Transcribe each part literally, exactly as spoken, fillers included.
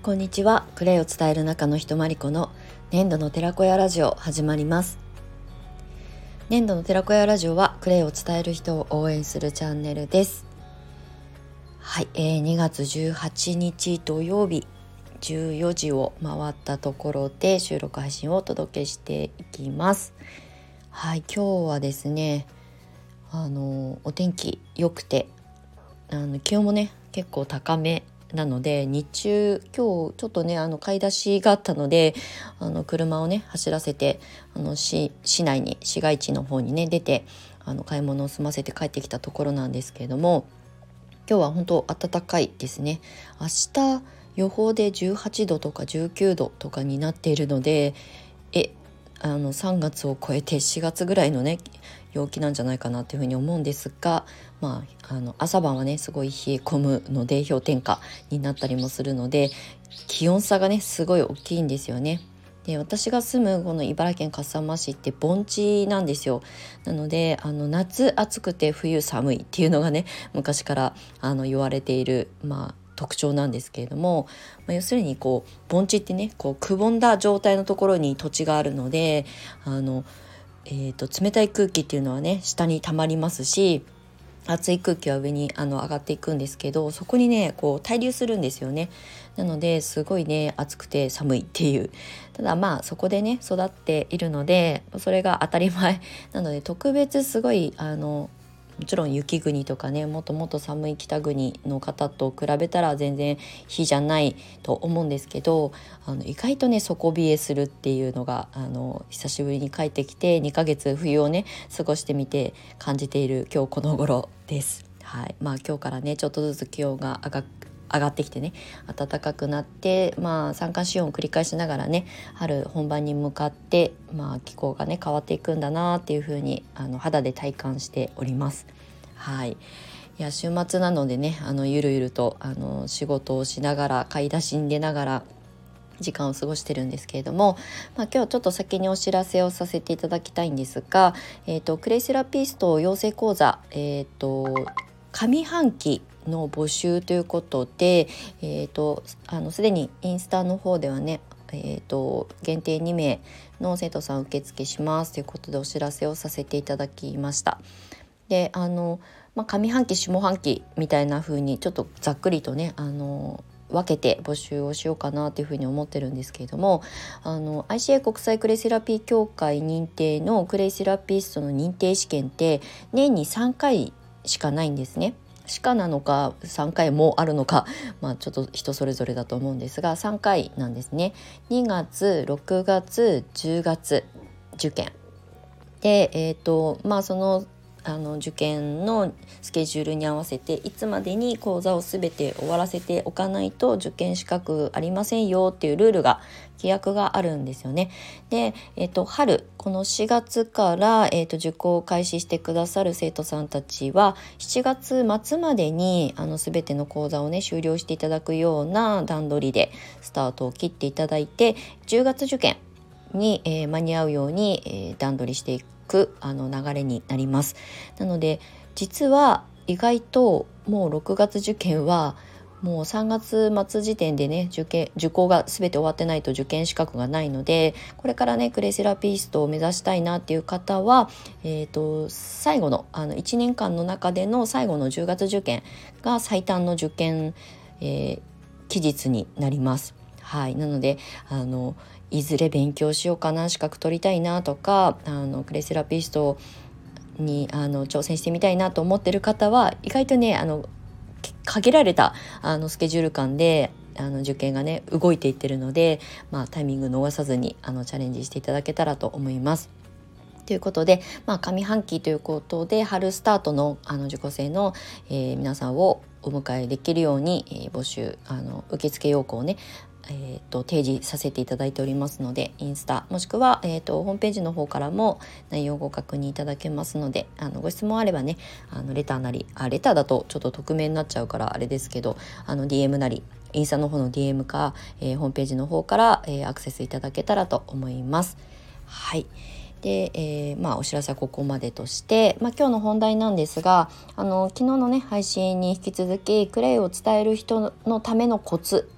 こんにちは。クレイを伝える中のひとまりこの粘土の寺子屋ラジオ始まります。粘土の寺子屋ラジオはクレイを伝える人を応援するチャンネルです。はい、えー、にがつじゅうはちにち土曜日じゅうよじを回ったところで収録配信をお届けしていきます。はい、今日はですねあのお天気良くてあの気温もね結構高めなので、日中今日ちょっとねあの買い出しがあったのであの車をね走らせてあの 市, 市内に市街地の方にね出てあの買い物を済ませて帰ってきたところなんですけれども、今日は本当暖かいですね。明日予報でじゅうはちどとかじゅうきゅうどとかになっているので、えあのさんがつを超えてしがつぐらいのね陽気なんじゃないかなというふうに思うんですが、まあ、あの朝晩はねすごい冷え込むので氷点下になったりもするので気温差がねすごい大きいんですよね。で、私が住むこの茨城県笠間市って盆地なんですよ。なのであの夏暑くて冬寒いっていうのがね昔からあの言われている、まあ特徴なんですけれども、まあ、要するにこう盆地ってねこうくぼんだ状態のところに土地があるのであの、えーと、冷たい空気っていうのはね下に溜まりますし、熱い空気は上にあの上がっていくんですけど、そこにねこう対流するんですよね。なのですごいね暑くて寒いっていう、ただまあそこでね育っているのでそれが当たり前なので、特別すごいあのもちろん雪国とかねもっともっと寒い北国の方と比べたら全然比じゃないと思うんですけど、あの意外とね底冷えするっていうのがあの久しぶりに帰ってきてにかげつ冬をね過ごしてみて感じている今日この頃です。はい、まあ今日からねちょっとずつ気温が上が上がってきてね暖かくなって、まあ三寒四温を繰り返しながらね春本番に向かって、まあ、気候がね変わっていくんだなっていう風にあの肌で体感しております。はい、いや週末なのでねあのゆるゆるとあの仕事をしながら買い出しに出ながら時間を過ごしてるんですけれども、まあ、今日ちょっと先にお知らせをさせていただきたいんですが、えーと、クレイセラピスト養成講座、えーと、上半期の募集ということで、えーと、あのすでにインスタの方ではねえーと、限定にめいの生徒さん受付しますということでお知らせをさせていただきました。であの、まあ、上半期下半期みたいな風にちょっとざっくりとねあの分けて募集をしようかなというふうに思ってるんですけれども、あの アイシーエー 国際クレイセラピー協会認定のクレイセラピストの認定試験って年にさんかいしかないんですね。しかなのかさんかいもあるのか、まあ、ちょっと人それぞれだと思うんですがさんかいなんですね。にがつろくがつじゅうがつ受験で、えーとまあ、そのあの受験のスケジュールに合わせていつまでに講座をすべて終わらせておかないと受験資格ありませんよっていうルールが規約があるんですよね。で、えーと、春このしがつから、えーと、受講を開始してくださる生徒さんたちはしちがつまつまでにあの全ての講座をね終了していただくような段取りでスタートを切っていただいて、じゅうがつ受験に、えー、間に合うように、えー、段取りしていくあの流れになります。なので実は意外ともうろくがつ受験はもうさんがつ末時点でね受験受講が全て終わってないと受験資格がないので、これからねクレイセラピストを目指したいなっていう方は、えーと、最後の、あのいちねんかんの中での最後のじゅうがつ受験が最短の受験、えー、期日になります。はい、なのであのいずれ勉強しようかな資格取りたいなとかあのクレイセラピストにあの挑戦してみたいなと思ってる方は意外とねあの限られたあのスケジュール感であの受験がね動いていってるので、まあ、タイミング逃さずにあのチャレンジしていただけたらと思います。ということで、まあ、上半期ということで春スタートの、あの受講生の、えー、皆さんをお迎えできるように、えー、募集あの受付要項をねえー、と提示させていただいておりますので、インスタもしくは、えー、とホームページの方からも内容をご確認いただけますので、あのご質問あればねあのレターなりあレターだとちょっと匿名になっちゃうからあれですけど、あの ディーエム なりインスタの方の ディーエム か、えー、ホームページの方から、えー、アクセスいただけたらと思います。はいで、えーまあ、お知らせはここまでとして、まあ、今日の本題なんですが、あの昨日のね配信に引き続きクレイを伝える人のためのコツ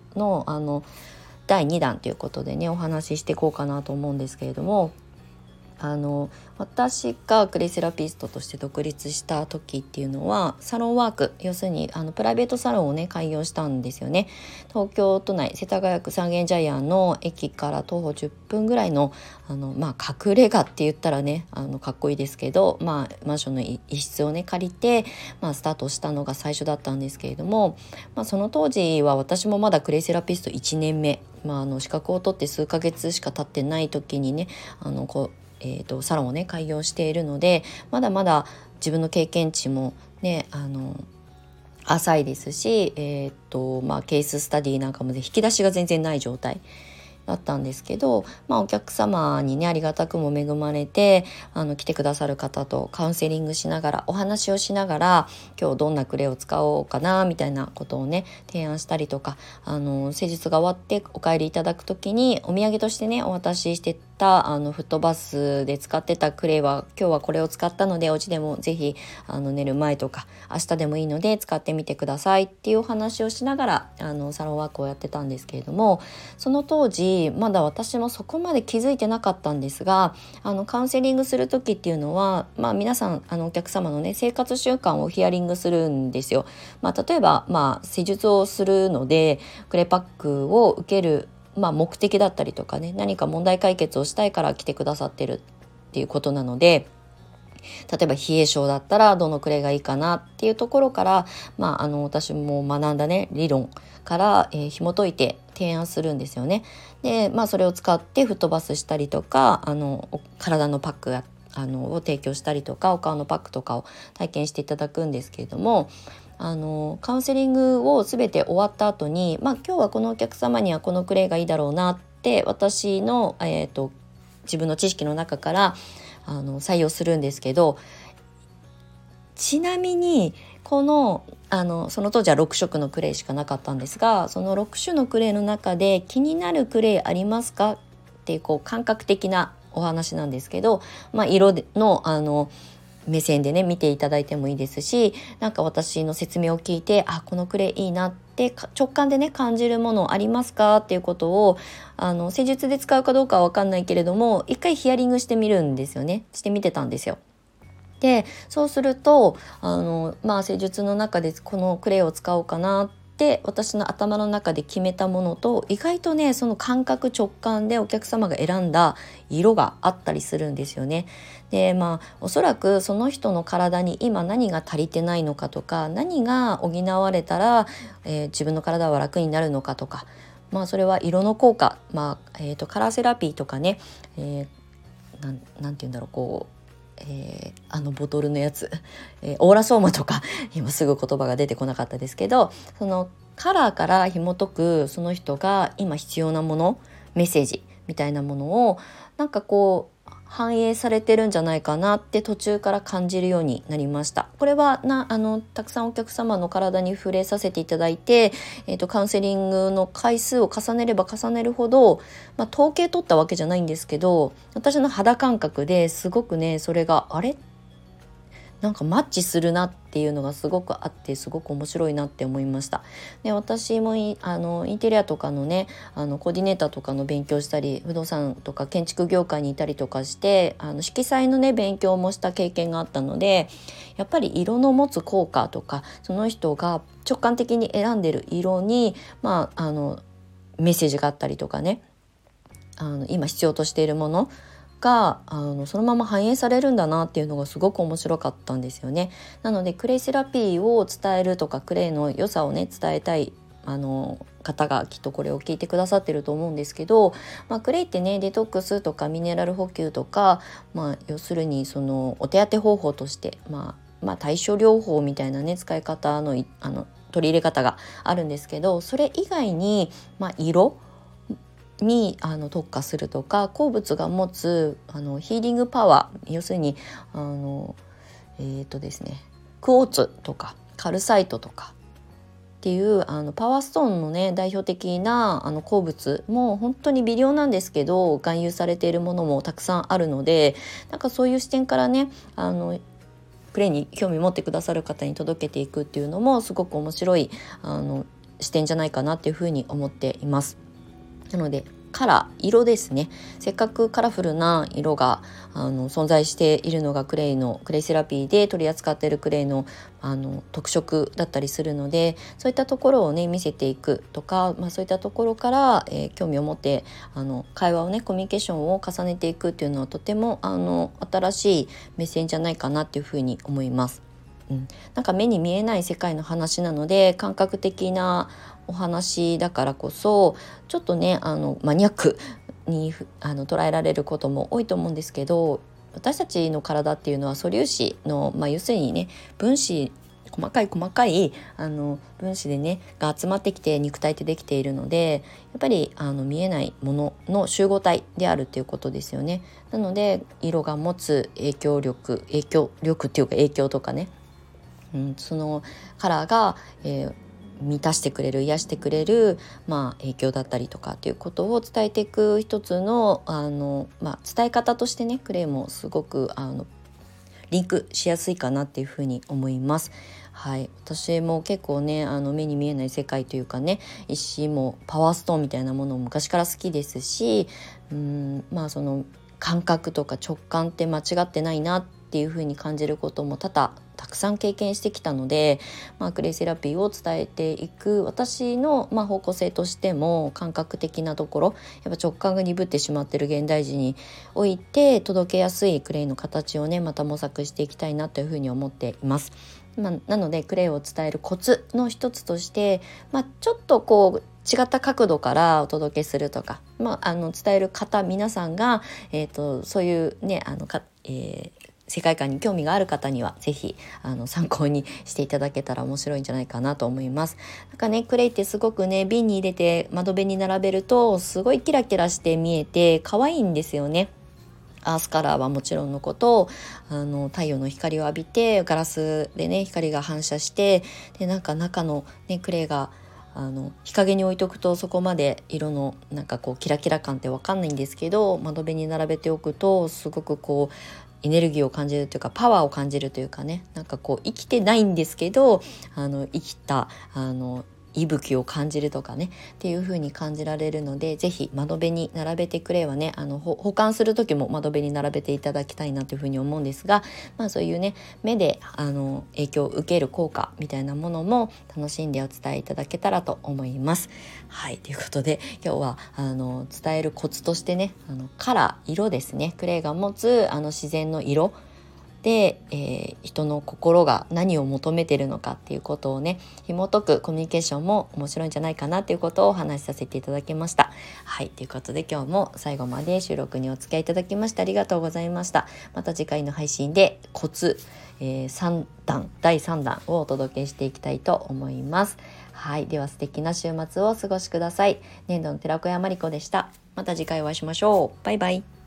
のあのだいにだんということでねお話ししていこうかなと思うんですけれども、あの私がクレイセラピストとして独立した時っていうのはサロンワーク、要するにあのプライベートサロンをね開業したんですよね。東京都内世田谷区三軒茶屋の駅から徒歩じゅっぷんぐらいのあの、まあ、隠れ家って言ったらねあのかっこいいですけど、まあ、マンションの一室をね借りて、まあ、スタートしたのが最初だったんですけれども、まあ、その当時は私もまだクレイセラピストいちねんめ、まあ、あの資格を取って数ヶ月しか経ってない時にねあのこうえーと、サロンをね開業しているので、まだまだ自分の経験値もねあの浅いですし、えーとまあ、ケーススタディなんかも、ね、引き出しが全然ない状態だったんですけど、まあ、お客様にねありがたくも恵まれてあの来てくださる方とカウンセリングしながらお話をしながら今日どんなクレイを使おうかなみたいなことをね提案したりとか、あの施術が終わってお帰りいただく時にお土産としてねお渡ししてたあのフットバスで使ってたクレイは今日はこれを使ったのでお家でもぜひあの寝る前とか明日でもいいので使ってみてくださいっていうお話をしながらあのサロンワークをやってたんですけれども、その当時まだ私もそこまで気づいてなかったんですが、あのカウンセリングする時っていうのは、まあ、皆さんあのお客様のね生活習慣をヒアリングするんですよ。まあ、例えば、まあ、施術をするのでクレイパックを受けるまあ、目的だったりとかね、何か問題解決をしたいから来てくださってるっていうことなので、例えば冷え性だったらどのクレイがいいかなっていうところから、まあ、あの私も学んだね理論から、えー、紐解いて提案するんですよね。で、まあ、それを使ってフットバスしたりとか、あの体のパックあのを提供したりとか、お顔のパックとかを体験していただくんですけれども、あのカウンセリングを全て終わった後に、まあ、今日はこのお客様にはこのクレイがいいだろうなって私の、えーと、自分の知識の中からあの採用するんですけど、ちなみにこの、あのその当時はろくしょくのクレイしかなかったんですが、そのろく種のクレイの中で気になるクレイありますかっていう、こう感覚的なお話なんですけど、まあ、色のあの目線でね見ていただいてもいいですし、なんか私の説明を聞いてあこのクレイいいなって直感でね感じるものありますかっていうことをあの施術で使うかどうかは分かんないけれども一回ヒアリングしてみるんですよねしてみてたんですよ。でそうするとあの、まあ、施術の中でこのクレイを使おうかなってで私の頭の中で決めたものと意外とねその感覚直感でお客様が選んだ色があったりするんですよね。でまあおそらくその人の体に今何が足りてないのかとか何が補われたら、えー、自分の体は楽になるのかとか、まあそれは色の効果、まあえーと、カラーセラピーとかね、えー、なん、なんて言うんだろうこうえー、あのボトルのやつ、えー、オーラソーマとか今すぐ言葉が出てこなかったですけど、そのカラーから紐解くその人が今必要なものメッセージみたいなものをなんかこう反映されてるんじゃないかなって途中から感じるようになりました。これはなあのたくさんお客様の体に触れさせていただいて、えーと、カウンセリングの回数を重ねれば重ねるほど、まあ、統計取ったわけじゃないんですけど私の肌感覚ですごくねそれがあれなんかマッチするなっていうのがすごくあってすごく面白いなって思いました。で私もあのインテリアとかのねあのコーディネーターとかの勉強したり不動産とか建築業界にいたりとかしてあの色彩のね勉強もした経験があったのでやっぱり色の持つ効果とかその人が直感的に選んでる色に、まあ、あのメッセージがあったりとかねあの今必要としているものがあのそのまま反映されるんだなっていうのがすごく面白かったんですよね。なのでクレイセラピーを伝えるとかクレイの良さをね伝えたいあの方がきっとこれを聞いてくださってると思うんですけど、まあ、クレイってねデトックスとかミネラル補給とか、まあ、要するにそのお手当方法として、まあ、まあ対処療法みたいなね使い方のあの取り入れ方があるんですけど、それ以外に、まあ、色にあの特化するとか鉱物が持つあのヒーリングパワー要するにあのえーとですねクォーツとかカルサイトとかっていうあのパワーストーンのね代表的なあの鉱物も本当に微量なんですけど含有されているものもたくさんあるので、なんかそういう視点からねあのクレイに興味持ってくださる方に届けていくっていうのもすごく面白いあの視点じゃないかなっていうふうに思っています。なのでカラー、色ですね。せっかくカラフルな色があの存在しているのがクレイのクレイセラピーで取り扱っているクレイの、あの特色だったりするので、そういったところをね見せていくとか、まあ、そういったところから、えー興味を持ってあの会話をねコミュニケーションを重ねていくっていうのはとてもあの新しい目線じゃないかなっていうふうに思います。うん、なんか目に見えない世界の話なので感覚的なお話だからこそちょっとねあのマニアックにあの捉えられることも多いと思うんですけど、私たちの体っていうのは素粒子の、まあ、要するにね分子細かい細かいあの分子でねが集まってきて肉体ってできているので、やっぱりあの見えないものの集合体であるっていうことですよね。なので色が持つ影響力影響力っていうか影響とかね、うん、そのカラーが、えー満たしてくれる癒してくれる、まあ、影響だったりとかっていうことを伝えていく一つの、あの、まあ、伝え方としてねクレイもすごくあのリンクしやすいかなっていうふうに思います。はい、私も結構ねあの目に見えない世界というかね石もパワーストーンみたいなものも昔から好きですし、うん、まあその感覚とか直感って間違ってないなっていうふうに感じることも多々たくさん経験してきたので、まあ、クレイセラピーを伝えていく私の、まあ、方向性としても感覚的なところやっぱ直感が鈍ってしまっている現代人において届けやすいクレイの形をねまた模索していきたいなというふうに思っています。まあ、なのでクレイを伝えるコツの一つとして、まあ、ちょっとこう違った角度からお届けするとか、まあ、あの伝える方皆さんが、えーと、そういうねあのか、えー世界観に興味がある方にはぜひあの参考にしていただけたら面白いんじゃないかなと思います。なんかねクレイってすごくね瓶に入れて窓辺に並べるとすごいキラキラして見えて可愛いんですよね。アースカラーはもちろんのことあの太陽の光を浴びてガラスでね光が反射してでなんか中の、ね、クレイがあの日陰に置いとくとそこまで色のなんかこうキラキラ感って分かんないんですけど、窓辺に並べておくとすごくこうエネルギーを感じるというかパワーを感じるというかね、なんかこう生きてないんですけどあの生きたあの息吹を感じるとかねっていう風に感じられるので、ぜひ窓辺に並べてくれはねあの保管する時も窓辺に並べていただきたいなという風に思うんですが、まあそういうね目であの影響を受ける効果みたいなものも楽しんでお伝えいただけたらと思います。はい、ということで今日はあの伝えるコツとしてねあのカラー色ですね、クレイが持つあの自然の色で、えー、人の心が何を求めているのかっていうことをね紐解くコミュニケーションも面白いんじゃないかなっていうことをお話しさせていただきました。はい、ということで今日も最後まで収録にお付き合いいただきましてありがとうございました。また次回の配信でコツ、えー、さん弾だいさん弾をお届けしていきたいと思います。はい、では素敵な週末をお過ごしください。粘土の寺子屋まりこでした。また次回お会いしましょう。バイバイ。